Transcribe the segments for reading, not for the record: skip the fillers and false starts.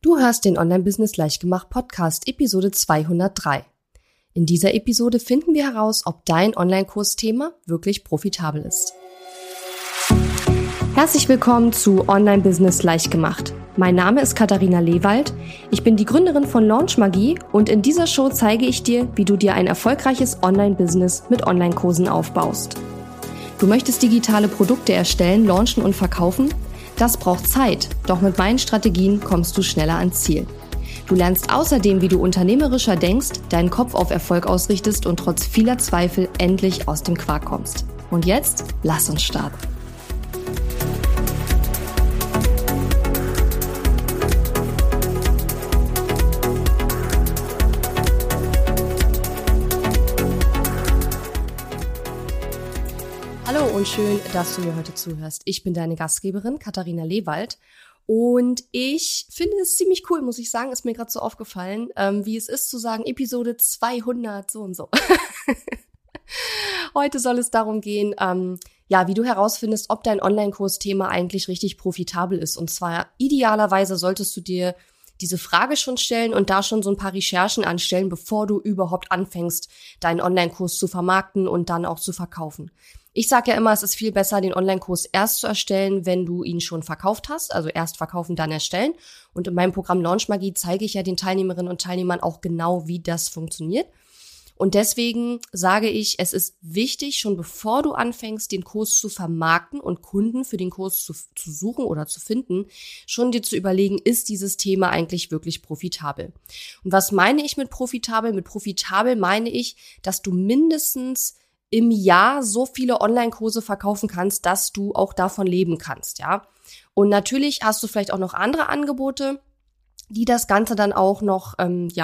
Du hörst den Online-Business Leichtgemacht Podcast, Episode 203. In dieser Episode finden wir heraus, ob dein Online-Kursthema wirklich profitabel ist. Herzlich willkommen zu Online-Business Leichtgemacht. Mein Name ist Katharina Lewald. Ich bin die Gründerin von Launch Magie und in dieser Show zeige ich dir, wie du dir ein erfolgreiches Online-Business mit Online-Kursen aufbaust. Du möchtest digitale Produkte erstellen, launchen und verkaufen? Das braucht Zeit, doch mit meinen Strategien kommst du schneller ans Ziel. Du lernst außerdem, wie du unternehmerischer denkst, deinen Kopf auf Erfolg ausrichtest und trotz vieler Zweifel endlich aus dem Quark kommst. Und jetzt, lass uns starten. Hallo und schön, dass du mir heute zuhörst. Ich bin deine Gastgeberin Katharina Lewald und ich finde es ziemlich cool, muss ich sagen, ist mir gerade so aufgefallen, wie es ist zu sagen, Episode 200 so und so. Heute soll es darum gehen, wie du herausfindest, ob dein Online-Kursthema eigentlich richtig profitabel ist. Und zwar idealerweise solltest du dir diese Frage schon stellen und da schon so ein paar Recherchen anstellen, bevor du überhaupt anfängst, deinen Online-Kurs zu vermarkten und dann auch zu verkaufen. Ich sage ja immer, es ist viel besser, den Online-Kurs erst zu erstellen, wenn du ihn schon verkauft hast, also erst verkaufen, dann erstellen. Und in meinem Programm Launch Magie zeige ich ja den Teilnehmerinnen und Teilnehmern auch genau, wie das funktioniert. Und deswegen sage ich, es ist wichtig, schon bevor du anfängst, den Kurs zu vermarkten und Kunden für den Kurs zu suchen oder zu finden, schon dir zu überlegen, ist dieses Thema eigentlich wirklich profitabel? Und was meine ich mit profitabel? Mit profitabel meine ich, dass du mindestens im Jahr so viele Online-Kurse verkaufen kannst, dass du auch davon leben kannst, ja. Und natürlich hast du vielleicht auch noch andere Angebote, die das Ganze dann auch noch,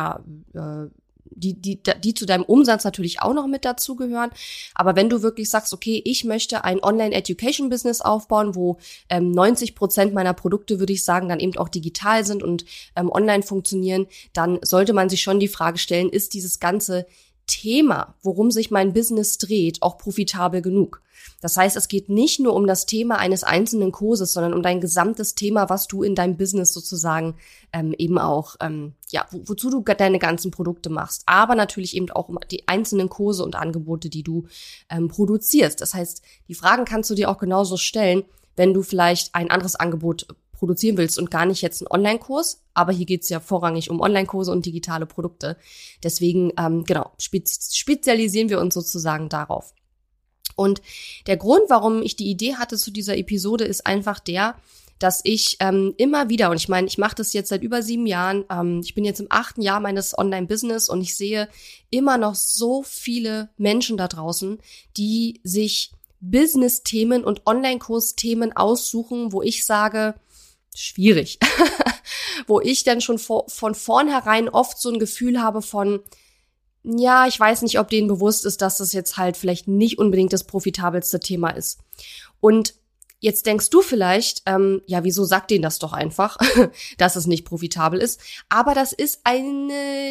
die zu deinem Umsatz natürlich auch noch mit dazugehören. Aber wenn du wirklich sagst, okay, ich möchte ein Online-Education-Business aufbauen, wo 90% meiner Produkte, würde ich sagen, dann eben auch digital sind und online funktionieren, dann sollte man sich schon die Frage stellen, ist dieses ganze Thema, worum sich mein Business dreht, auch profitabel genug? Das heißt, es geht nicht nur um das Thema eines einzelnen Kurses, sondern um dein gesamtes Thema, was du in deinem Business sozusagen eben auch, wozu du deine ganzen Produkte machst. Aber natürlich eben auch um die einzelnen Kurse und Angebote, die du produzierst. Das heißt, die Fragen kannst du dir auch genauso stellen, wenn du vielleicht ein anderes Angebot produzieren willst und gar nicht jetzt einen Online-Kurs, aber hier geht's ja vorrangig um Online-Kurse und digitale Produkte. Deswegen, spezialisieren wir uns sozusagen darauf. Und der Grund, warum ich die Idee hatte zu dieser Episode, ist einfach der, dass ich immer wieder, und ich meine, ich mache das jetzt seit über 7 Jahren, ich bin jetzt im 8. Jahr meines Online-Business und ich sehe immer noch so viele Menschen da draußen, die sich Business-Themen und Online-Kurs-Themen aussuchen, wo ich sage, schwierig. Wo ich dann schon von vornherein oft so ein Gefühl habe von, ja, ich weiß nicht, ob denen bewusst ist, dass das jetzt halt vielleicht nicht unbedingt das profitabelste Thema ist. Und jetzt denkst du vielleicht, wieso sagt denen das doch einfach, dass es nicht profitabel ist? Aber das ist ein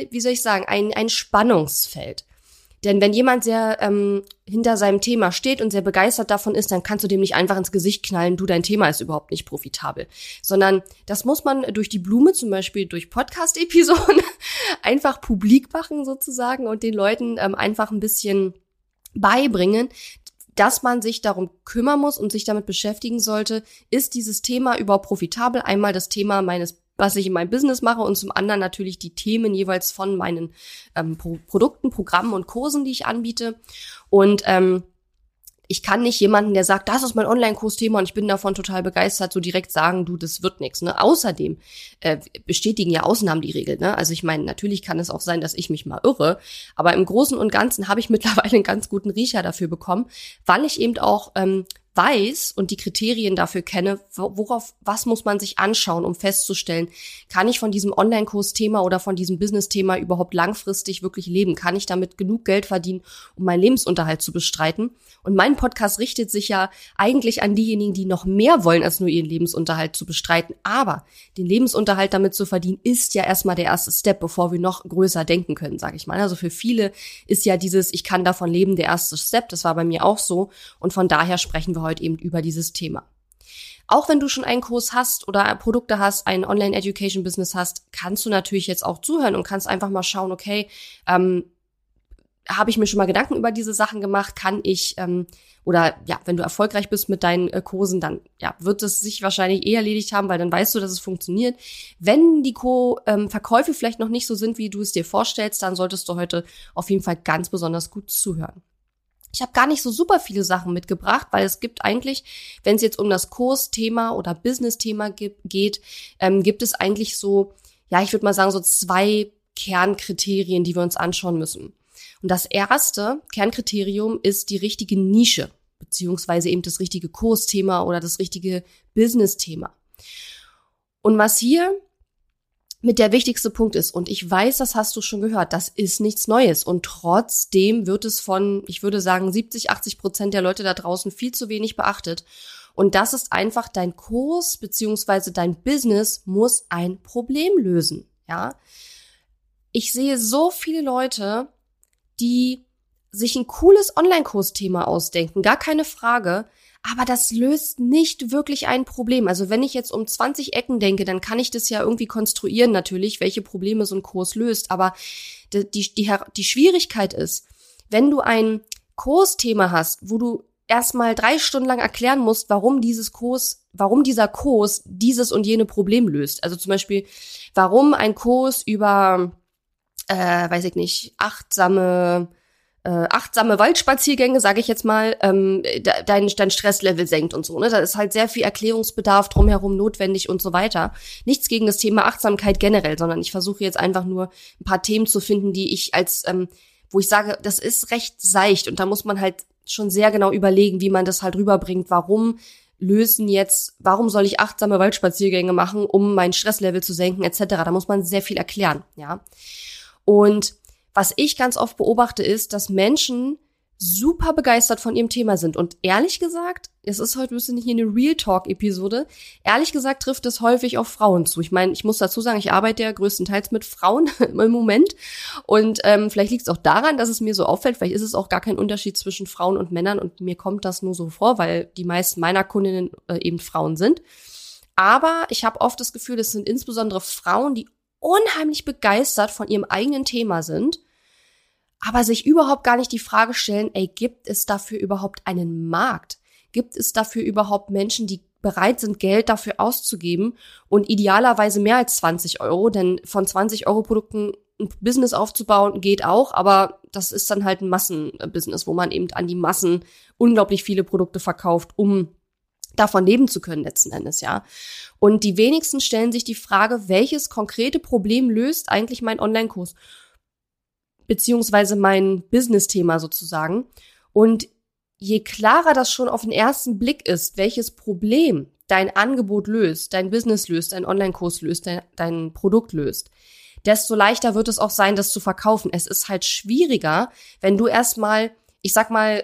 Spannungsfeld. Denn wenn jemand sehr hinter seinem Thema steht und sehr begeistert davon ist, dann kannst du dem nicht einfach ins Gesicht knallen, dein Thema ist überhaupt nicht profitabel. Sondern das muss man durch die Blume, zum Beispiel durch Podcast-Episoden, einfach publik machen sozusagen und den Leuten einfach ein bisschen beibringen, dass man sich darum kümmern muss und sich damit beschäftigen sollte, ist dieses Thema überhaupt profitabel? Einmal das Thema was ich in meinem Business mache und zum anderen natürlich die Themen jeweils von meinen Produkten, Programmen und Kursen, die ich anbiete. Und ich kann nicht jemanden, der sagt, das ist mein Online-Kursthema und ich bin davon total begeistert, so direkt sagen, du, das wird nichts. Ne? Außerdem bestätigen ja Ausnahmen die Regel. Ne? Also ich meine, natürlich kann es auch sein, dass ich mich mal irre, aber im Großen und Ganzen habe ich mittlerweile einen ganz guten Riecher dafür bekommen, weil ich eben auch weiß und die Kriterien dafür kenne, was muss man sich anschauen, um festzustellen, kann ich von diesem Online-Kurs-Thema oder von diesem Business-Thema überhaupt langfristig wirklich leben? Kann ich damit genug Geld verdienen, um meinen Lebensunterhalt zu bestreiten? Und mein Podcast richtet sich ja eigentlich an diejenigen, die noch mehr wollen, als nur ihren Lebensunterhalt zu bestreiten. Aber den Lebensunterhalt damit zu verdienen, ist ja erstmal der erste Step, bevor wir noch größer denken können, sage ich mal. Also für viele ist ja dieses, ich kann davon leben, der erste Step. Das war bei mir auch so. Und von daher sprechen wir heute eben über dieses Thema. Auch wenn du schon einen Kurs hast oder Produkte hast, ein Online-Education-Business hast, kannst du natürlich jetzt auch zuhören und kannst einfach mal schauen, okay, habe ich mir schon mal Gedanken über diese Sachen gemacht? Kann ich, oder ja, wenn du erfolgreich bist mit deinen Kursen, dann ja, wird es sich wahrscheinlich erledigt haben, weil dann weißt du, dass es funktioniert. Wenn die Verkäufe vielleicht noch nicht so sind, wie du es dir vorstellst, dann solltest du heute auf jeden Fall ganz besonders gut zuhören. Ich habe gar nicht so super viele Sachen mitgebracht, weil es gibt eigentlich, wenn es jetzt um das Kursthema oder Business-Thema geht, gibt es eigentlich so, ja, ich würde mal sagen, so 2 Kernkriterien, die wir uns anschauen müssen. Und das erste Kernkriterium ist die richtige Nische, beziehungsweise eben das richtige Kursthema oder das richtige Business-Thema. Und was hier mit der wichtigste Punkt ist, und ich weiß, das hast du schon gehört, das ist nichts Neues. Und trotzdem wird es von, ich würde sagen, 70-80% der Leute da draußen viel zu wenig beachtet. Und das ist einfach, dein Kurs beziehungsweise dein Business muss ein Problem lösen. Ja, ich sehe so viele Leute, die sich ein cooles Online-Kursthema ausdenken, gar keine Frage, aber das löst nicht wirklich ein Problem. Also wenn ich jetzt um 20 Ecken denke, dann kann ich das ja irgendwie konstruieren natürlich, welche Probleme so ein Kurs löst, aber die Schwierigkeit ist, wenn du ein Kursthema hast, wo du erstmal 3 Stunden lang erklären musst, warum dieser Kurs dieses und jene Problem löst. Also zum Beispiel, warum ein Kurs über weiß ich nicht, achtsame Waldspaziergänge, sage ich jetzt mal, dein Stresslevel senkt und so. Ne? Da ist halt sehr viel Erklärungsbedarf drumherum notwendig und so weiter. Nichts gegen das Thema Achtsamkeit generell, sondern ich versuche jetzt einfach nur ein paar Themen zu finden, die ich wo ich sage, das ist recht seicht und da muss man halt schon sehr genau überlegen, wie man das halt rüberbringt. Warum soll ich achtsame Waldspaziergänge machen, um mein Stresslevel zu senken, etc. Da muss man sehr viel erklären, ja. Und was ich ganz oft beobachte, ist, dass Menschen super begeistert von ihrem Thema sind. Und ehrlich gesagt, es ist heute ein bisschen hier eine Real Talk-Episode, ehrlich gesagt trifft es häufig auf Frauen zu. Ich meine, ich muss dazu sagen, ich arbeite ja größtenteils mit Frauen im Moment. Und vielleicht liegt es auch daran, dass es mir so auffällt. Vielleicht ist es auch gar kein Unterschied zwischen Frauen und Männern. Und mir kommt das nur so vor, weil die meisten meiner Kundinnen eben Frauen sind. Aber ich habe oft das Gefühl, es sind insbesondere Frauen, die unheimlich begeistert von ihrem eigenen Thema sind, aber sich überhaupt gar nicht die Frage stellen, gibt es dafür überhaupt einen Markt? Gibt es dafür überhaupt Menschen, die bereit sind, Geld dafür auszugeben und idealerweise mehr als 20 Euro, denn von 20 Euro Produkten ein Business aufzubauen geht auch, aber das ist dann halt ein Massenbusiness, wo man eben an die Massen unglaublich viele Produkte verkauft, um davon leben zu können letzten Endes, ja. Und die wenigsten stellen sich die Frage, welches konkrete Problem löst eigentlich mein Online-Kurs, beziehungsweise mein Business-Thema sozusagen. Und je klarer das schon auf den ersten Blick ist, welches Problem dein Angebot löst, dein Business löst, dein Online-Kurs löst, dein Produkt löst, desto leichter wird es auch sein, das zu verkaufen. Es ist halt schwieriger, wenn du erstmal, ich sag mal,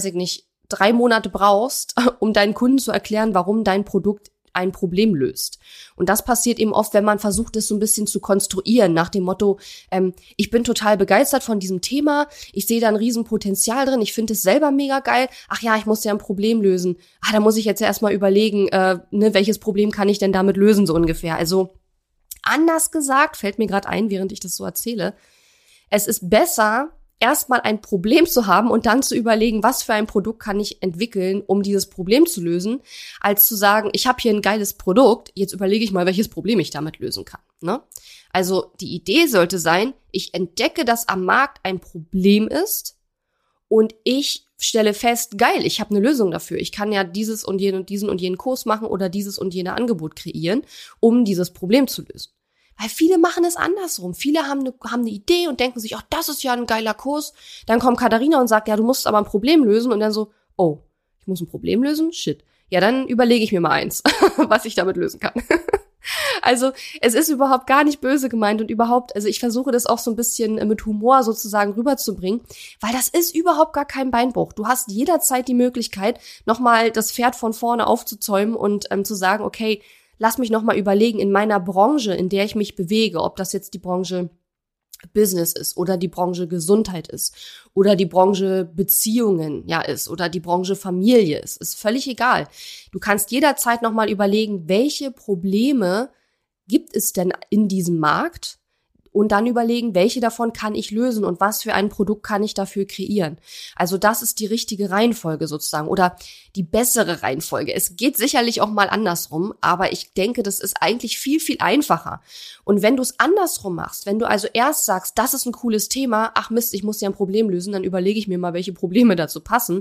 3 Monate brauchst, um deinen Kunden zu erklären, warum dein Produkt ein Problem löst. Und das passiert eben oft, wenn man versucht, es so ein bisschen zu konstruieren, nach dem Motto, ich bin total begeistert von diesem Thema, ich sehe da ein Riesenpotenzial drin, ich finde es selber mega geil, ach ja, ich muss ja ein Problem lösen. Da muss ich jetzt ja erstmal überlegen, welches Problem kann ich denn damit lösen, so ungefähr. Also anders gesagt, fällt mir gerade ein, während ich das so erzähle, es ist besser, erstmal ein Problem zu haben und dann zu überlegen, was für ein Produkt kann ich entwickeln, um dieses Problem zu lösen, als zu sagen, ich habe hier ein geiles Produkt, jetzt überlege ich mal, welches Problem ich damit lösen kann. Ne? Also die Idee sollte sein, ich entdecke, dass am Markt ein Problem ist und ich stelle fest, geil, ich habe eine Lösung dafür. Ich kann ja dieses und diesen und jenen Kurs machen oder dieses und jene Angebot kreieren, um dieses Problem zu lösen. Weil viele machen es andersrum. Viele haben eine Idee und denken sich, ach, das ist ja ein geiler Kurs. Dann kommt Katharina und sagt, ja, du musst aber ein Problem lösen. Und dann so, oh, ich muss ein Problem lösen? Shit. Ja, dann überlege ich mir mal eins, was ich damit lösen kann. Also es ist überhaupt gar nicht böse gemeint und überhaupt, also ich versuche das auch so ein bisschen mit Humor sozusagen rüberzubringen, weil das ist überhaupt gar kein Beinbruch. Du hast jederzeit die Möglichkeit, nochmal das Pferd von vorne aufzuzäumen und zu sagen, okay, lass mich noch mal überlegen, in meiner Branche, in der ich mich bewege, ob das jetzt die Branche Business ist oder die Branche Gesundheit ist oder die Branche Beziehungen ist oder die Branche Familie ist völlig egal. Du kannst jederzeit nochmal überlegen, welche Probleme gibt es denn in diesem Markt und dann überlegen, welche davon kann ich lösen und was für ein Produkt kann ich dafür kreieren. Also das ist die richtige Reihenfolge sozusagen oder die bessere Reihenfolge. Es geht sicherlich auch mal andersrum, aber ich denke, das ist eigentlich viel, viel einfacher. Und wenn du es andersrum machst, wenn du also erst sagst, das ist ein cooles Thema, ach Mist, ich muss ja ein Problem lösen, dann überlege ich mir mal, welche Probleme dazu passen.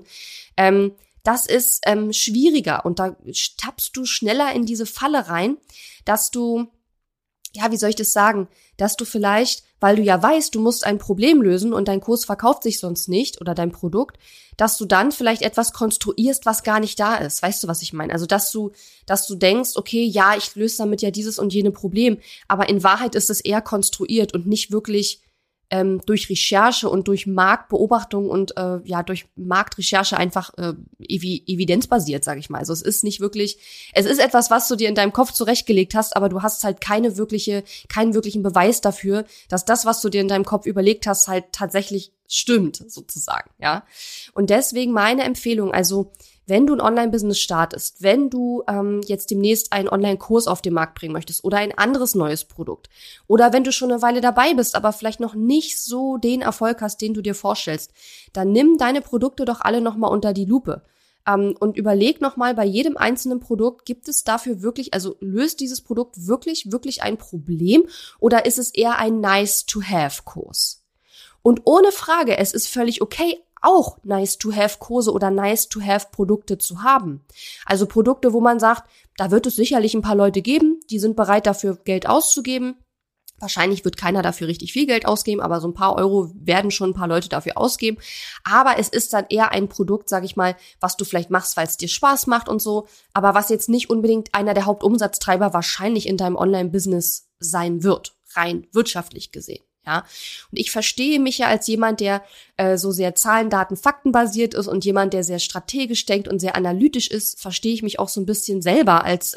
Das ist schwieriger und da tappst du schneller in diese Falle rein, dass du, wie soll ich das sagen, dass du vielleicht, weil du ja weißt, du musst ein Problem lösen und dein Kurs verkauft sich sonst nicht oder dein Produkt, dass du dann vielleicht etwas konstruierst, was gar nicht da ist. Weißt du, was ich meine? Also, dass du denkst, okay, ja, ich löse damit ja dieses und jene Problem, aber in Wahrheit ist es eher konstruiert und nicht wirklich durch Recherche und durch Marktbeobachtung und durch Marktrecherche einfach evidenzbasiert, sage ich mal. Also es ist nicht wirklich, es ist etwas, was du dir in deinem Kopf zurechtgelegt hast, aber du hast halt keinen wirklichen Beweis dafür, dass das, was du dir in deinem Kopf überlegt hast, halt tatsächlich stimmt, sozusagen, ja. Und deswegen meine Empfehlung, also wenn du ein Online-Business startest, wenn du jetzt demnächst einen Online-Kurs auf den Markt bringen möchtest oder ein anderes neues Produkt oder wenn du schon eine Weile dabei bist, aber vielleicht noch nicht so den Erfolg hast, den du dir vorstellst, dann nimm deine Produkte doch alle nochmal unter die Lupe und überleg nochmal bei jedem einzelnen Produkt, gibt es dafür wirklich, also löst dieses Produkt wirklich, wirklich ein Problem oder ist es eher ein Nice-to-have-Kurs? Und ohne Frage, es ist völlig okay, auch Nice-to-have-Kurse oder Nice-to-have-Produkte zu haben. Also Produkte, wo man sagt, da wird es sicherlich ein paar Leute geben, die sind bereit dafür Geld auszugeben. Wahrscheinlich wird keiner dafür richtig viel Geld ausgeben, aber so ein paar Euro werden schon ein paar Leute dafür ausgeben. Aber es ist dann eher ein Produkt, sag ich mal, was du vielleicht machst, weil es dir Spaß macht und so, aber was jetzt nicht unbedingt einer der Hauptumsatztreiber wahrscheinlich in deinem Online-Business sein wird, rein wirtschaftlich gesehen. Ja, und ich verstehe mich ja als jemand, der so sehr Zahlen, Daten, Fakten basiert ist und jemand, der sehr strategisch denkt und sehr analytisch ist, verstehe ich mich auch so ein bisschen selber als,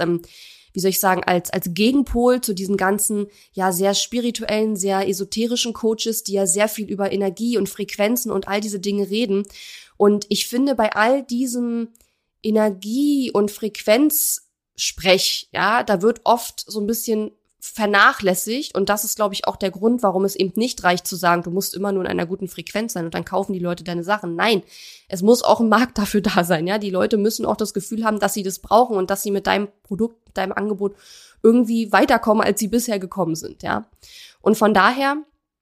als Gegenpol zu diesen ganzen, sehr spirituellen, sehr esoterischen Coaches, die ja sehr viel über Energie und Frequenzen und all diese Dinge reden. Und ich finde, bei all diesem Energie- und Frequenzsprech, da wird oft so ein bisschen vernachlässigt und das ist, glaube ich, auch der Grund, warum es eben nicht reicht zu sagen, du musst immer nur in einer guten Frequenz sein und dann kaufen die Leute deine Sachen. Nein, es muss auch ein Markt dafür da sein, ja. Die Leute müssen auch das Gefühl haben, dass sie das brauchen und dass sie mit deinem Produkt, mit deinem Angebot irgendwie weiterkommen, als sie bisher gekommen sind, ja. Und von daher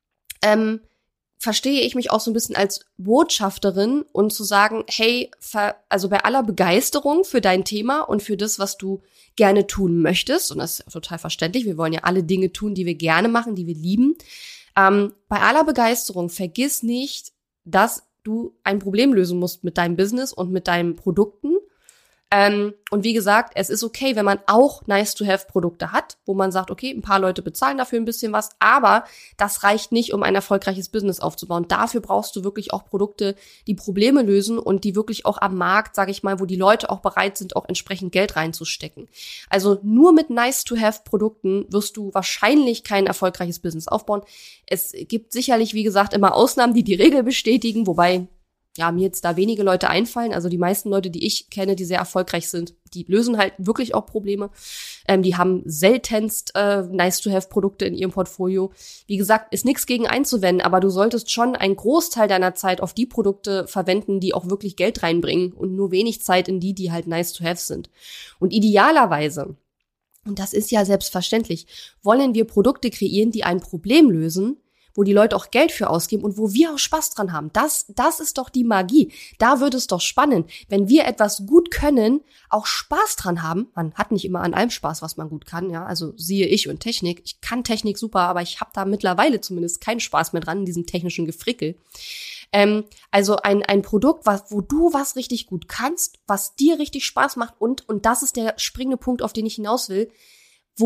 verstehe ich mich auch so ein bisschen als Botschafterin und zu sagen, hey, also bei aller Begeisterung für dein Thema und für das, was du gerne tun möchtest, und das ist total verständlich, wir wollen ja alle Dinge tun, die wir gerne machen, die wir lieben, bei aller Begeisterung vergiss nicht, dass du ein Problem lösen musst mit deinem Business und mit deinen Produkten. Und wie gesagt, es ist okay, wenn man auch Nice-to-have-Produkte hat, wo man sagt, okay, ein paar Leute bezahlen dafür ein bisschen was, aber das reicht nicht, um ein erfolgreiches Business aufzubauen. Dafür brauchst du wirklich auch Produkte, die Probleme lösen und die wirklich auch am Markt, sage ich mal, wo die Leute auch bereit sind, auch entsprechend Geld reinzustecken. Also nur mit Nice-to-have-Produkten wirst du wahrscheinlich kein erfolgreiches Business aufbauen. Es gibt sicherlich, wie gesagt, immer Ausnahmen, die die Regel bestätigen, wobei mir jetzt da wenige Leute einfallen. Also die meisten Leute, die ich kenne, die sehr erfolgreich sind, die lösen halt wirklich auch Probleme. Die haben seltenst Nice-to-have-Produkte in ihrem Portfolio. Wie gesagt, ist nichts gegen einzuwenden, aber du solltest schon einen Großteil deiner Zeit auf die Produkte verwenden, die auch wirklich Geld reinbringen und nur wenig Zeit in die halt Nice-to-have sind. Und idealerweise, und das ist ja selbstverständlich, wollen wir Produkte kreieren, die ein Problem lösen, wo die Leute auch Geld für ausgeben und wo wir auch Spaß dran haben. Das ist doch die Magie. Da wird es doch spannend, wenn wir etwas gut können, auch Spaß dran haben. Man hat nicht immer an allem Spaß, was man gut kann, ja. Also siehe ich und Technik. Ich kann Technik super, aber ich habe da mittlerweile zumindest keinen Spaß mehr dran in diesem technischen Gefrickel. Also ein Produkt, wo du was richtig gut kannst, was dir richtig Spaß macht und das ist der springende Punkt, auf den ich hinaus will,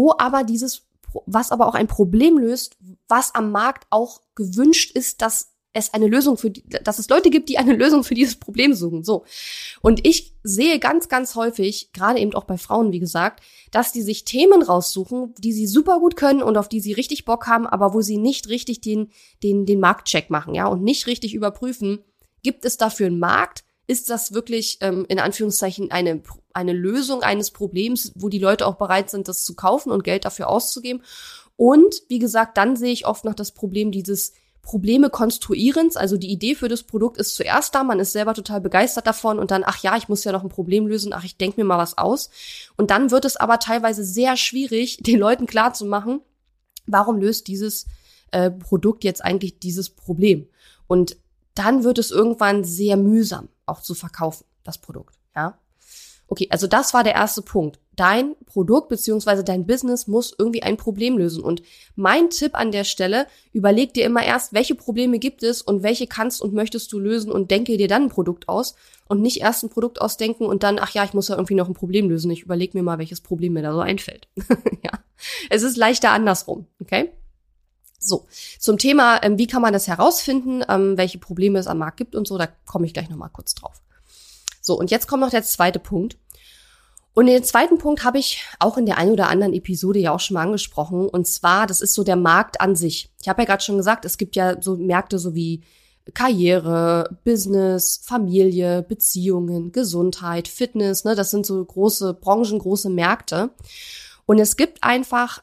was aber auch ein Problem löst, was am Markt auch gewünscht ist, dass dass es Leute gibt, die eine Lösung für dieses Problem suchen. So. Und ich sehe ganz, ganz häufig, gerade eben auch bei Frauen, wie gesagt, dass die sich Themen raussuchen, die sie super gut können und auf die sie richtig Bock haben, aber wo sie nicht richtig den Marktcheck machen, ja, und nicht richtig überprüfen, gibt es dafür einen Markt? Ist das wirklich, in Anführungszeichen, eine Lösung eines Problems, wo die Leute auch bereit sind, das zu kaufen und Geld dafür auszugeben? Und, wie gesagt, dann sehe ich oft noch das Problem dieses Probleme konstruierens, also die Idee für das Produkt ist zuerst da, man ist selber total begeistert davon und dann, ach ja, ich muss ja noch ein Problem lösen, ach, ich denke mir mal was aus. Und dann wird es aber teilweise sehr schwierig, den Leuten klarzumachen, warum löst dieses Produkt jetzt eigentlich dieses Problem? Und dann wird es irgendwann sehr mühsam, auch zu verkaufen, das Produkt, ja. Okay, also das war der erste Punkt. Dein Produkt bzw. dein Business muss irgendwie ein Problem lösen. Und mein Tipp an der Stelle, überleg dir immer erst, welche Probleme gibt es und welche kannst und möchtest du lösen und denke dir dann ein Produkt aus und nicht erst ein Produkt ausdenken und dann, ach ja, ich muss ja irgendwie noch ein Problem lösen. Ich überlege mir mal, welches Problem mir da so einfällt. Ja, es ist leichter andersrum, okay? So, zum Thema, wie kann man das herausfinden, welche Probleme es am Markt gibt und so, da komme ich gleich nochmal kurz drauf. So, und jetzt kommt noch der zweite Punkt. Und den zweiten Punkt habe ich auch in der einen oder anderen Episode ja auch schon mal angesprochen. Und zwar, das ist so der Markt an sich. Ich habe ja gerade schon gesagt, es gibt ja so Märkte so wie Karriere, Business, Familie, Beziehungen, Gesundheit, Fitness. Ne, das sind so große Branchen, große Märkte. Und es gibt einfach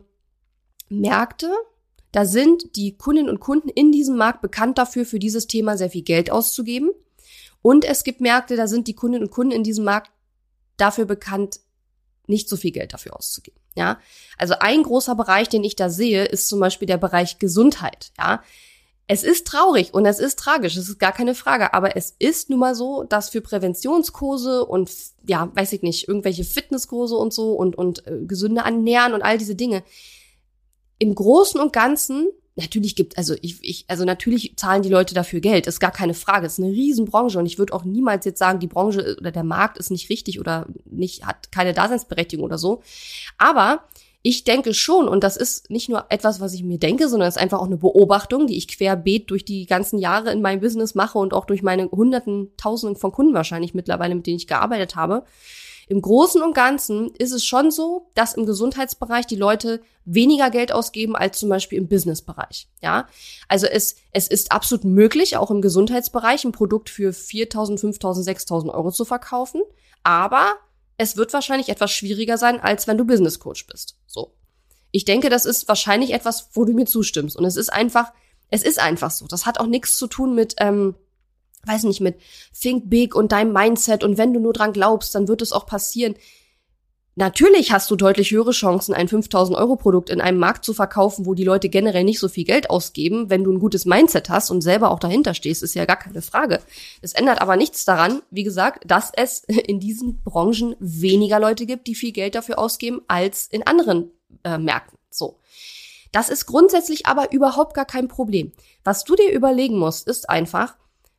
Märkte, da sind die Kundinnen und Kunden in diesem Markt bekannt dafür, für dieses Thema sehr viel Geld auszugeben. Und es gibt Märkte, da sind die Kundinnen und Kunden in diesem Markt dafür bekannt, nicht so viel Geld dafür auszugeben. Ja, also ein großer Bereich, den ich da sehe, ist zum Beispiel der Bereich Gesundheit. Ja, es ist traurig und es ist tragisch, das ist gar keine Frage. Aber es ist nun mal so, dass für Präventionskurse und ja, weiß ich nicht, irgendwelche Fitnesskurse und so und gesünde Ernähren und all diese Dinge im Großen und Ganzen natürlich natürlich zahlen die Leute dafür Geld, ist gar keine Frage, ist eine Riesenbranche und ich würde auch niemals jetzt sagen, die Branche oder der Markt ist nicht richtig oder nicht, hat keine Daseinsberechtigung oder so. Aber ich denke schon, und das ist nicht nur etwas, was ich mir denke, sondern es ist einfach auch eine Beobachtung, die ich querbeet durch die ganzen Jahre in meinem Business mache und auch durch meine Hunderten, Tausenden von Kunden wahrscheinlich mittlerweile, mit denen ich gearbeitet habe. Im Großen und Ganzen ist es schon so, dass im Gesundheitsbereich die Leute weniger Geld ausgeben als zum Beispiel im Businessbereich. Ja, also es ist absolut möglich, auch im Gesundheitsbereich ein Produkt für 4.000, 5.000, 6.000 Euro zu verkaufen. Aber es wird wahrscheinlich etwas schwieriger sein, als wenn du Business Coach bist. So, ich denke, das ist wahrscheinlich etwas, wo du mir zustimmst. Und es ist einfach so. Das hat auch nichts zu tun mit weiß nicht, mit Think Big und deinem Mindset und wenn du nur dran glaubst, dann wird es auch passieren. Natürlich hast du deutlich höhere Chancen, ein 5.000 Euro Produkt in einem Markt zu verkaufen, wo die Leute generell nicht so viel Geld ausgeben, wenn du ein gutes Mindset hast und selber auch dahinter stehst, ist ja gar keine Frage. Es ändert aber nichts daran, wie gesagt, dass es in diesen Branchen weniger Leute gibt, die viel Geld dafür ausgeben, als in anderen Märkten. So. Das ist grundsätzlich aber überhaupt gar kein Problem. Was du dir überlegen musst, ist einfach,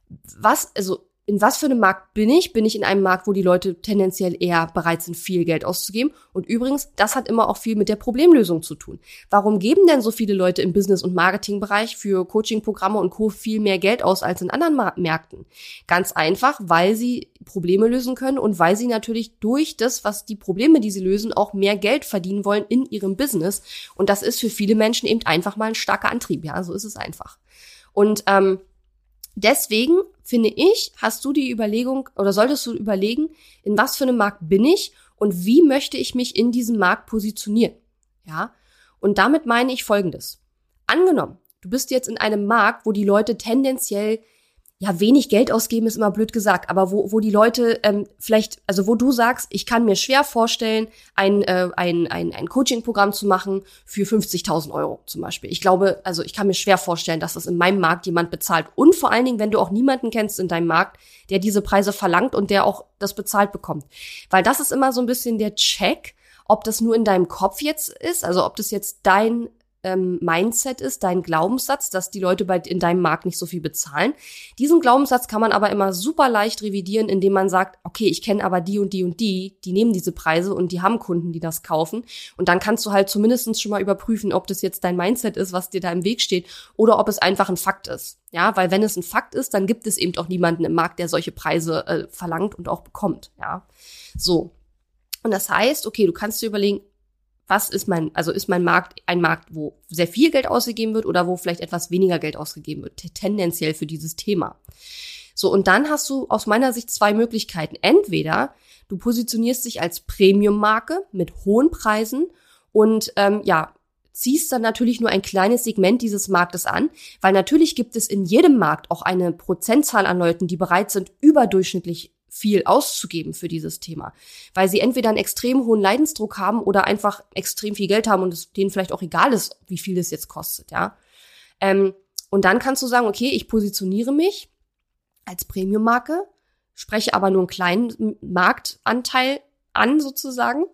in was für einem Markt bin ich? Bin ich in einem Markt, wo die Leute tendenziell eher bereit sind, viel Geld auszugeben? Und übrigens, das hat immer auch viel mit der Problemlösung zu tun. Warum geben denn so viele Leute im Business- und Marketingbereich für Coachingprogramme und Co. viel mehr Geld aus als in anderen Märkten? Ganz einfach, weil sie Probleme lösen können und weil sie natürlich durch das, was die Probleme, die sie lösen, auch mehr Geld verdienen wollen in ihrem Business. Und das ist für viele Menschen eben einfach mal ein starker Antrieb. Ja, so ist es einfach. Und deswegen finde ich, hast du die Überlegung oder solltest du überlegen, in was für einem Markt bin ich und wie möchte ich mich in diesem Markt positionieren? Ja? Und damit meine ich Folgendes. Angenommen, du bist jetzt in einem Markt, wo die Leute tendenziell wenig Geld ausgeben, ist immer blöd gesagt, aber wo die Leute wo du sagst, ich kann mir schwer vorstellen, ein Coaching-Programm zu machen für 50.000 Euro zum Beispiel. Ich glaube, ich kann mir schwer vorstellen, dass das in meinem Markt jemand bezahlt. Und vor allen Dingen, wenn du auch niemanden kennst in deinem Markt, der diese Preise verlangt und der auch das bezahlt bekommt. Weil das ist immer so ein bisschen der Check, ob das nur in deinem Kopf jetzt ist, also ob das jetzt dein Mindset ist, dein Glaubenssatz, dass die Leute in deinem Markt nicht so viel bezahlen. Diesen Glaubenssatz kann man aber immer super leicht revidieren, indem man sagt, okay, ich kenne aber die und die und die nehmen diese Preise und die haben Kunden, die das kaufen. Und dann kannst du halt zumindest schon mal überprüfen, ob das jetzt dein Mindset ist, was dir da im Weg steht, oder ob es einfach ein Fakt ist. Ja, weil wenn es ein Fakt ist, dann gibt es eben auch niemanden im Markt, der solche Preise verlangt und auch bekommt. Ja, so. Und das heißt, okay, du kannst dir überlegen, ist mein Markt ein Markt, wo sehr viel Geld ausgegeben wird oder wo vielleicht etwas weniger Geld ausgegeben wird, tendenziell für dieses Thema. So, und dann hast du aus meiner Sicht zwei Möglichkeiten. Entweder du positionierst dich als Premium-Marke mit hohen Preisen und ziehst dann natürlich nur ein kleines Segment dieses Marktes an, weil natürlich gibt es in jedem Markt auch eine Prozentzahl an Leuten, die bereit sind, überdurchschnittlich viel auszugeben für dieses Thema, weil sie entweder einen extrem hohen Leidensdruck haben oder einfach extrem viel Geld haben und es denen vielleicht auch egal ist, wie viel das jetzt kostet, ja. Und dann kannst du sagen, okay, ich positioniere mich als Premium-Marke, spreche aber nur einen kleinen Marktanteil an sozusagen,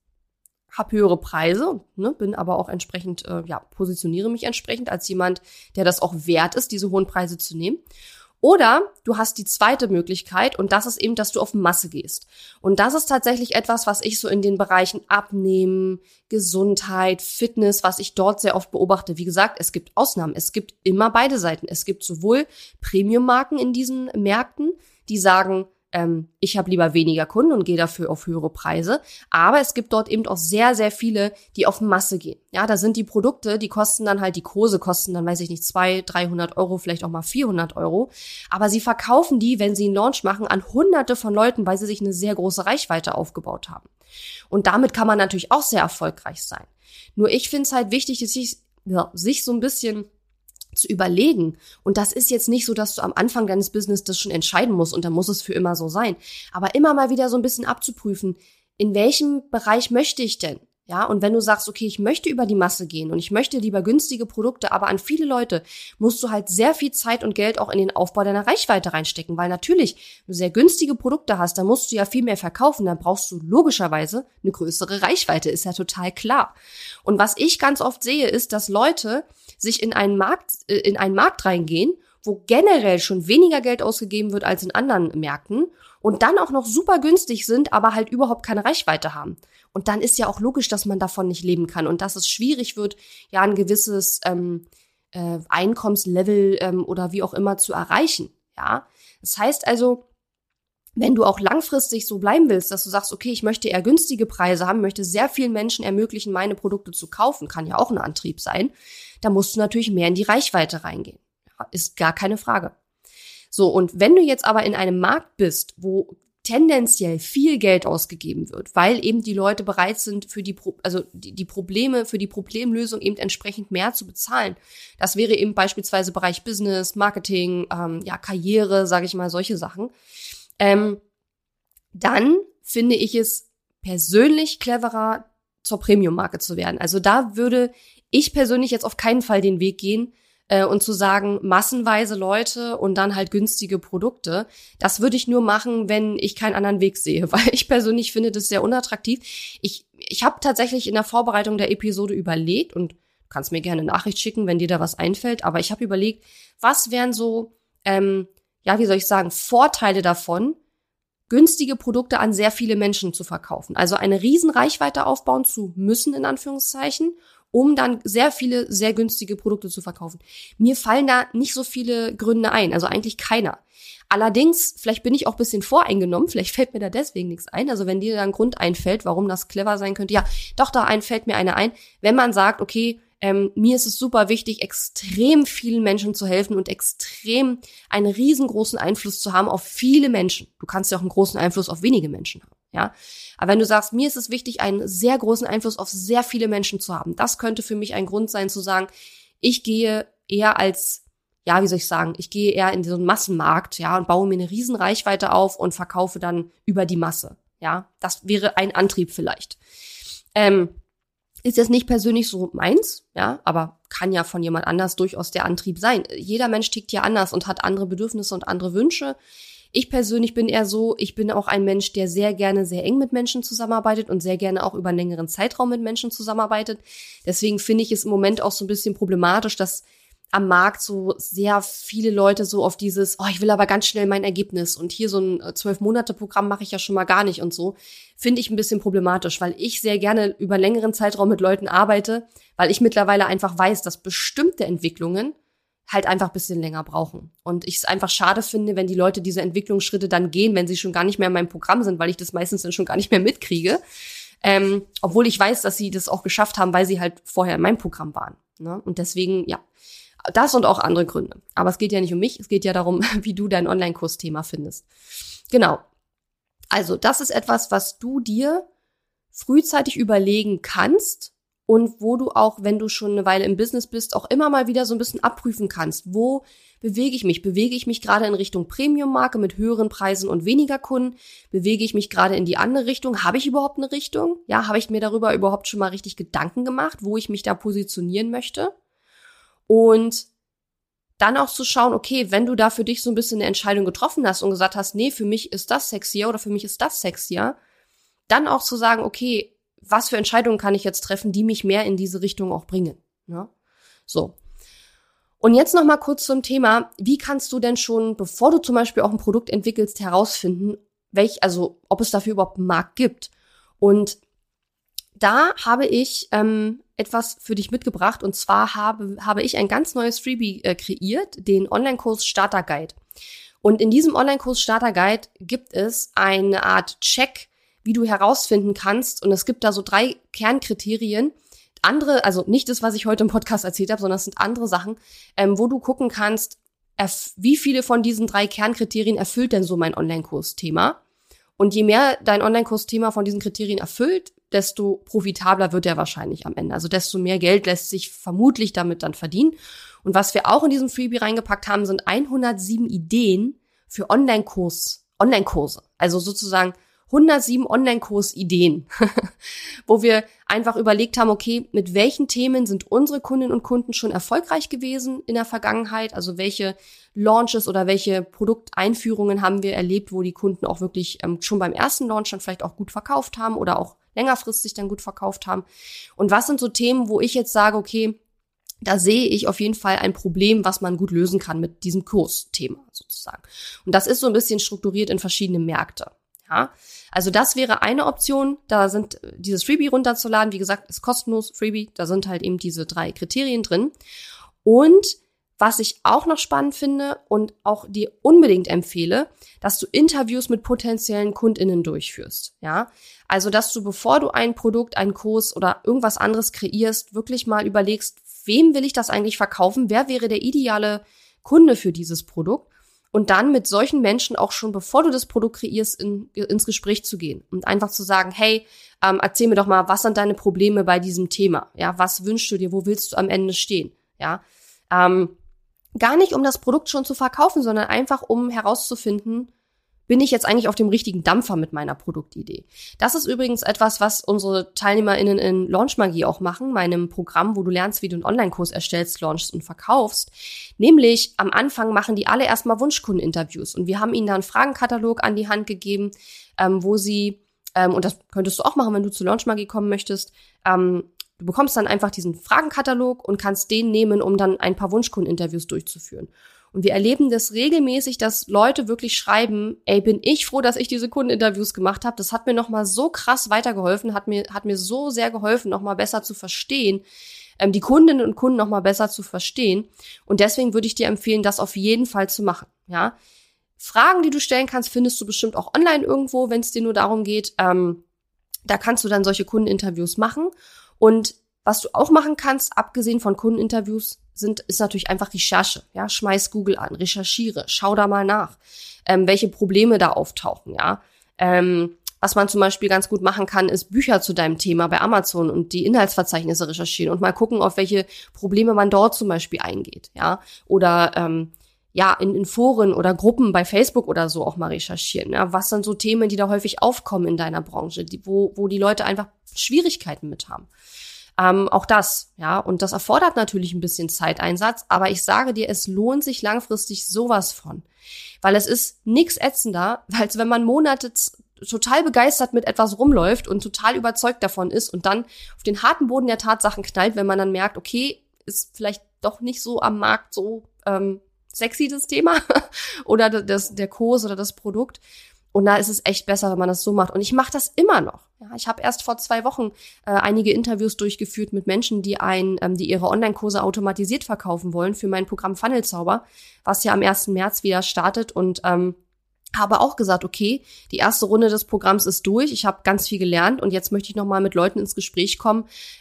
habe höhere Preise, ne, bin aber auch entsprechend, positioniere mich entsprechend als jemand, der das auch wert ist, diese hohen Preise zu nehmen. Oder du hast die zweite Möglichkeit und das ist eben, dass du auf Masse gehst. Und das ist tatsächlich etwas, was ich so in den Bereichen Abnehmen, Gesundheit, Fitness, was ich dort sehr oft beobachte. Wie gesagt, es gibt Ausnahmen. Es gibt immer beide Seiten. Es gibt sowohl Premium-Marken in diesen Märkten, die sagen, ich habe lieber weniger Kunden und gehe dafür auf höhere Preise. Aber es gibt dort eben auch sehr, sehr viele, die auf Masse gehen. Ja, da sind die Produkte, die kosten dann halt, die Kurse kosten dann, weiß ich nicht, 200-300 Euro, vielleicht auch mal 400 Euro. Aber sie verkaufen die, wenn sie einen Launch machen, an Hunderte von Leuten, weil sie sich eine sehr große Reichweite aufgebaut haben. Und damit kann man natürlich auch sehr erfolgreich sein. Nur ich finde es halt wichtig, dass sich so ein bisschen zu überlegen. Und das ist jetzt nicht so, dass du am Anfang deines Business das schon entscheiden musst und dann muss es für immer so sein. Aber immer mal wieder so ein bisschen abzuprüfen, in welchem Bereich möchte ich denn? Ja, und wenn du sagst, okay, ich möchte über die Masse gehen und ich möchte lieber günstige Produkte, aber an viele Leute, musst du halt sehr viel Zeit und Geld auch in den Aufbau deiner Reichweite reinstecken, weil natürlich, wenn du sehr günstige Produkte hast, dann musst du ja viel mehr verkaufen, dann brauchst du logischerweise eine größere Reichweite, ist ja total klar. Und was ich ganz oft sehe, ist, dass Leute sich in einen Markt reingehen, wo generell schon weniger Geld ausgegeben wird als in anderen Märkten und dann auch noch super günstig sind, aber halt überhaupt keine Reichweite haben. Und dann ist ja auch logisch, dass man davon nicht leben kann und dass es schwierig wird, ja ein gewisses Einkommenslevel oder wie auch immer zu erreichen. Ja, das heißt also, wenn du auch langfristig so bleiben willst, dass du sagst, okay, ich möchte eher günstige Preise haben, möchte sehr vielen Menschen ermöglichen, meine Produkte zu kaufen, kann ja auch ein Antrieb sein, dann musst du natürlich mehr in die Reichweite reingehen. Ja, ist gar keine Frage. So, und wenn du jetzt aber in einem Markt bist, wo tendenziell viel Geld ausgegeben wird, weil eben die Leute bereit sind, für die Probleme, für die Problemlösung eben entsprechend mehr zu bezahlen. Das wäre eben beispielsweise Bereich Business, Marketing, Karriere, sage ich mal, solche Sachen. Dann finde ich es persönlich cleverer, zur Premium-Marke zu werden. Also da würde ich persönlich jetzt auf keinen Fall den Weg gehen, und zu sagen, massenweise Leute und dann halt günstige Produkte. Das würde ich nur machen, wenn ich keinen anderen Weg sehe, weil ich persönlich finde das sehr unattraktiv. Ich habe tatsächlich in der Vorbereitung der Episode überlegt und du kannst mir gerne eine Nachricht schicken, wenn dir da was einfällt, aber ich habe überlegt, was wären so, Vorteile davon, günstige Produkte an sehr viele Menschen zu verkaufen. Also eine riesen Reichweite aufbauen zu müssen, in Anführungszeichen, um dann sehr viele, sehr günstige Produkte zu verkaufen. Mir fallen da nicht so viele Gründe ein, also eigentlich keiner. Allerdings, vielleicht bin ich auch ein bisschen voreingenommen, vielleicht fällt mir da deswegen nichts ein. Also wenn dir da ein Grund einfällt, warum das clever sein könnte, ja, doch, fällt mir eine ein. Wenn man sagt, okay, mir ist es super wichtig, extrem vielen Menschen zu helfen und extrem einen riesengroßen Einfluss zu haben auf viele Menschen. Du kannst ja auch einen großen Einfluss auf wenige Menschen haben, ja. Aber wenn du sagst, mir ist es wichtig, einen sehr großen Einfluss auf sehr viele Menschen zu haben, das könnte für mich ein Grund sein zu sagen, ich gehe eher ich gehe eher in so einen Massenmarkt, ja, und baue mir eine riesen Reichweite auf und verkaufe dann über die Masse, ja. Das wäre ein Antrieb vielleicht. Ist jetzt nicht persönlich so meins, ja, aber kann ja von jemand anders durchaus der Antrieb sein. Jeder Mensch tickt ja anders und hat andere Bedürfnisse und andere Wünsche. Ich persönlich bin eher so, ich bin auch ein Mensch, der sehr gerne sehr eng mit Menschen zusammenarbeitet und sehr gerne auch über einen längeren Zeitraum mit Menschen zusammenarbeitet. Deswegen finde ich es im Moment auch so ein bisschen problematisch, dass am Markt so sehr viele Leute so auf dieses, ich will aber ganz schnell mein Ergebnis und hier so ein 12-Monate-Programm mache ich ja schon mal gar nicht und so, finde ich ein bisschen problematisch, weil ich sehr gerne über einen längeren Zeitraum mit Leuten arbeite, weil ich mittlerweile einfach weiß, dass bestimmte Entwicklungen halt einfach ein bisschen länger brauchen. Und ich es einfach schade finde, wenn die Leute diese Entwicklungsschritte dann gehen, wenn sie schon gar nicht mehr in meinem Programm sind, weil ich das meistens dann schon gar nicht mehr mitkriege. Obwohl ich weiß, dass sie das auch geschafft haben, weil sie halt vorher in meinem Programm waren. Ne? Und deswegen, ja, das und auch andere Gründe. Aber es geht ja nicht um mich, es geht ja darum, wie du dein Online-Kurs-Thema findest. Genau. Also das ist etwas, was du dir frühzeitig überlegen kannst und wo du auch, wenn du schon eine Weile im Business bist, auch immer mal wieder so ein bisschen abprüfen kannst. Wo bewege ich mich? Bewege ich mich gerade in Richtung Premium-Marke mit höheren Preisen und weniger Kunden? Bewege ich mich gerade in die andere Richtung? Habe ich überhaupt eine Richtung? Ja, habe ich mir darüber überhaupt schon mal richtig Gedanken gemacht, wo ich mich da positionieren möchte? Und dann auch zu schauen, okay, wenn du da für dich so ein bisschen eine Entscheidung getroffen hast und gesagt hast, nee, für mich ist das sexier oder für mich ist das sexier, dann auch zu sagen, okay, was für Entscheidungen kann ich jetzt treffen, die mich mehr in diese Richtung auch bringen. Ja? So. Und jetzt noch mal kurz zum Thema, wie kannst du denn schon, bevor du zum Beispiel auch ein Produkt entwickelst, herausfinden, ob es dafür überhaupt einen Markt gibt. Und da habe ich etwas für dich mitgebracht, und zwar habe ich ein ganz neues Freebie kreiert, den Online-Kurs Starter Guide. Und in diesem Online-Kurs Starter Guide gibt es eine Art Check, wie du herausfinden kannst, und es gibt da so 3 Kernkriterien, andere, also nicht das, was ich heute im Podcast erzählt habe, sondern es sind andere Sachen, wo du gucken kannst, wie viele von diesen 3 Kernkriterien erfüllt denn so mein Online-Kurs-Thema. Und je mehr dein Online-Kurs-Thema von diesen Kriterien erfüllt, desto profitabler wird er wahrscheinlich am Ende. Also desto mehr Geld lässt sich vermutlich damit dann verdienen. Und was wir auch in diesem Freebie reingepackt haben, sind 107 Ideen für Online-Kurse. Also sozusagen 107 Online-Kurs-Ideen, wo wir einfach überlegt haben, okay, mit welchen Themen sind unsere Kundinnen und Kunden schon erfolgreich gewesen in der Vergangenheit? Also welche Launches oder welche Produkteinführungen haben wir erlebt, wo die Kunden auch wirklich schon beim ersten Launch dann vielleicht auch gut verkauft haben oder auch längerfristig dann gut verkauft haben? Und was sind so Themen, wo ich jetzt sage, okay, da sehe ich auf jeden Fall ein Problem, was man gut lösen kann mit diesem Kursthema sozusagen. Und das ist so ein bisschen strukturiert in verschiedene Märkte. Ja, also das wäre eine Option, da sind dieses Freebie runterzuladen. Wie gesagt, ist kostenlos, Freebie, da sind halt eben diese 3 Kriterien drin. Und was ich auch noch spannend finde und auch dir unbedingt empfehle, dass du Interviews mit potenziellen KundInnen durchführst. Ja, also dass du, bevor du ein Produkt, einen Kurs oder irgendwas anderes kreierst, wirklich mal überlegst, wem will ich das eigentlich verkaufen? Wer wäre der ideale Kunde für dieses Produkt? Und dann mit solchen Menschen auch schon, bevor du das Produkt kreierst, ins Gespräch zu gehen und einfach zu sagen, hey, erzähl mir doch mal, was sind deine Probleme bei diesem Thema? Ja, was wünschst du dir? Wo willst du am Ende stehen? Ja, gar nicht, um das Produkt schon zu verkaufen, sondern einfach, um herauszufinden, bin ich jetzt eigentlich auf dem richtigen Dampfer mit meiner Produktidee? Das ist übrigens etwas, was unsere TeilnehmerInnen in Launchmagie auch machen, meinem Programm, wo du lernst, wie du einen Online-Kurs erstellst, launchst und verkaufst. Nämlich am Anfang machen die alle erstmal Wunschkundeninterviews. Und wir haben ihnen da einen Fragenkatalog an die Hand gegeben, wo sie, und das könntest du auch machen, wenn du zu Launchmagie kommen möchtest, du bekommst dann einfach diesen Fragenkatalog und kannst den nehmen, um dann ein paar Wunschkundeninterviews durchzuführen. Und wir erleben das regelmäßig, dass Leute wirklich schreiben, ey, bin ich froh, dass ich diese Kundeninterviews gemacht habe. Das hat mir nochmal so krass weitergeholfen, hat mir so sehr geholfen, nochmal besser zu verstehen, die Kundinnen und Kunden nochmal besser zu verstehen. Und deswegen würde ich dir empfehlen, das auf jeden Fall zu machen. Ja, Fragen, die du stellen kannst, findest du bestimmt auch online irgendwo, wenn es dir nur darum geht. Da kannst du dann solche Kundeninterviews machen. Und was du auch machen kannst, abgesehen von Kundeninterviews, ist natürlich einfach Recherche. Ja, schmeiß Google an, recherchiere, schau da mal nach, welche Probleme da auftauchen. Ja, was man zum Beispiel ganz gut machen kann, ist Bücher zu deinem Thema bei Amazon und die Inhaltsverzeichnisse recherchieren und mal gucken, auf welche Probleme man dort zum Beispiel eingeht. Ja, oder in Foren oder Gruppen bei Facebook oder so auch mal recherchieren. Ja, was sind so Themen, die da häufig aufkommen in deiner Branche, wo die Leute einfach Schwierigkeiten mit haben. Auch das, ja, und das erfordert natürlich ein bisschen Zeiteinsatz, aber ich sage dir, es lohnt sich langfristig sowas von. Weil es ist nix ätzender, als wenn man Monate total begeistert mit etwas rumläuft und total überzeugt davon ist und dann auf den harten Boden der Tatsachen knallt, wenn man dann merkt, okay, ist vielleicht doch nicht so am Markt so sexy das Thema oder der Kurs oder das Produkt. Und da ist es echt besser, wenn man das so macht. Und ich mache das immer noch. Ja, ich habe erst vor 2 Wochen einige Interviews durchgeführt mit Menschen, die ihre Online-Kurse automatisiert verkaufen wollen für mein Programm Funnelzauber, was ja am 1. März wieder startet. Und habe auch gesagt, okay, die erste Runde des Programms ist durch. Ich habe ganz viel gelernt und jetzt möchte ich nochmal mit Leuten ins Gespräch kommen,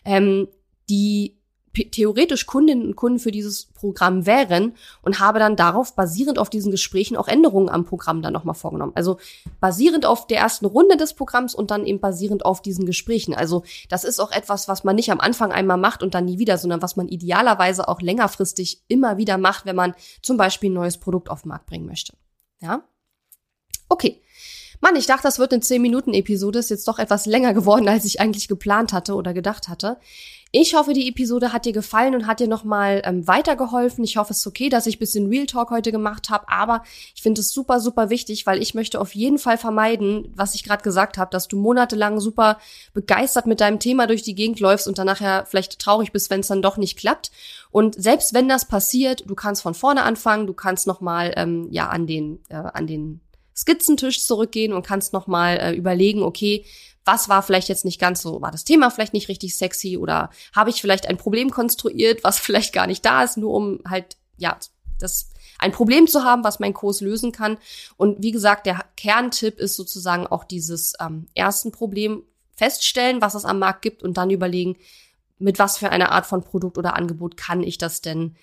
die theoretisch Kundinnen und Kunden für dieses Programm wären und habe dann darauf, basierend auf diesen Gesprächen, auch Änderungen am Programm dann nochmal vorgenommen. Also basierend auf der ersten Runde des Programms und dann eben basierend auf diesen Gesprächen. Also das ist auch etwas, was man nicht am Anfang einmal macht und dann nie wieder, sondern was man idealerweise auch längerfristig immer wieder macht, wenn man zum Beispiel ein neues Produkt auf den Markt bringen möchte. Ja? Okay. Mann, ich dachte, das wird eine 10-Minuten-Episode, ist jetzt doch etwas länger geworden, als ich eigentlich geplant hatte oder gedacht hatte. Ich hoffe, die Episode hat dir gefallen und hat dir nochmal weitergeholfen. Ich hoffe, es ist okay, dass ich ein bisschen Real Talk heute gemacht habe, aber ich finde es super, super wichtig, weil ich möchte auf jeden Fall vermeiden, was ich gerade gesagt habe, dass du monatelang super begeistert mit deinem Thema durch die Gegend läufst und dann nachher vielleicht traurig bist, wenn es dann doch nicht klappt. Und selbst wenn das passiert, du kannst von vorne anfangen, du kannst nochmal an den Skizzentisch zurückgehen und kannst nochmal überlegen, okay, was war vielleicht jetzt nicht ganz so, war das Thema vielleicht nicht richtig sexy oder habe ich vielleicht ein Problem konstruiert, was vielleicht gar nicht da ist, nur um halt, ein Problem zu haben, was mein Kurs lösen kann. Und wie gesagt, der Kerntipp ist sozusagen auch dieses ersten Problem feststellen, was es am Markt gibt und dann überlegen, mit was für einer Art von Produkt oder Angebot kann ich das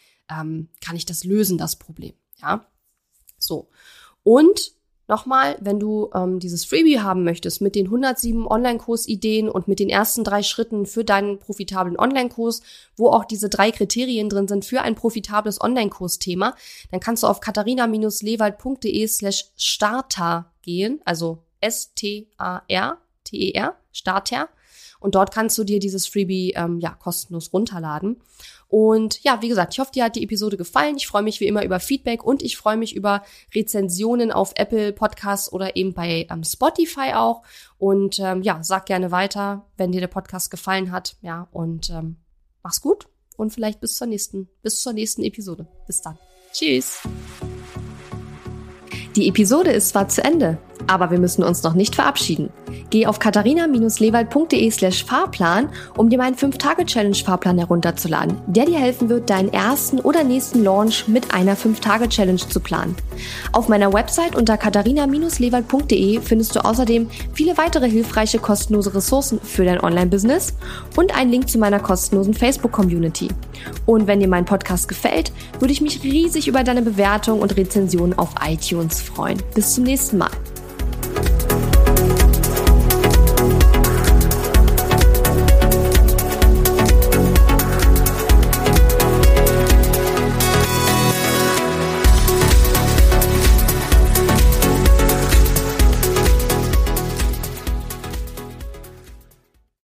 lösen, das Problem, ja. So. Und nochmal, wenn du dieses Freebie haben möchtest mit den 107 Online-Kurs-Ideen und mit den ersten 3 Schritten für deinen profitablen Online-Kurs, wo auch diese 3 Kriterien drin sind für ein profitables Online-Kurs-Thema, dann kannst du auf katharina-lewald.de/starter gehen, also STARTER, Starter. Und dort kannst du dir dieses Freebie kostenlos runterladen. Und ja, wie gesagt, ich hoffe, dir hat die Episode gefallen. Ich freue mich wie immer über Feedback und ich freue mich über Rezensionen auf Apple Podcasts oder eben bei Spotify auch. Und sag gerne weiter, wenn dir der Podcast gefallen hat. Ja, und mach's gut und vielleicht bis zur nächsten Episode. Bis dann. Tschüss. Die Episode ist zwar zu Ende, aber wir müssen uns noch nicht verabschieden. Geh auf katharina-lewald.de/Fahrplan, um dir meinen 5-Tage-Challenge-Fahrplan herunterzuladen, der dir helfen wird, deinen ersten oder nächsten Launch mit einer 5-Tage-Challenge zu planen. Auf meiner Website unter katharina-lewald.de findest du außerdem viele weitere hilfreiche kostenlose Ressourcen für dein Online-Business und einen Link zu meiner kostenlosen Facebook-Community. Und wenn dir mein Podcast gefällt, würde ich mich riesig über deine Bewertung und Rezension auf iTunes freuen. Bis zum nächsten Mal.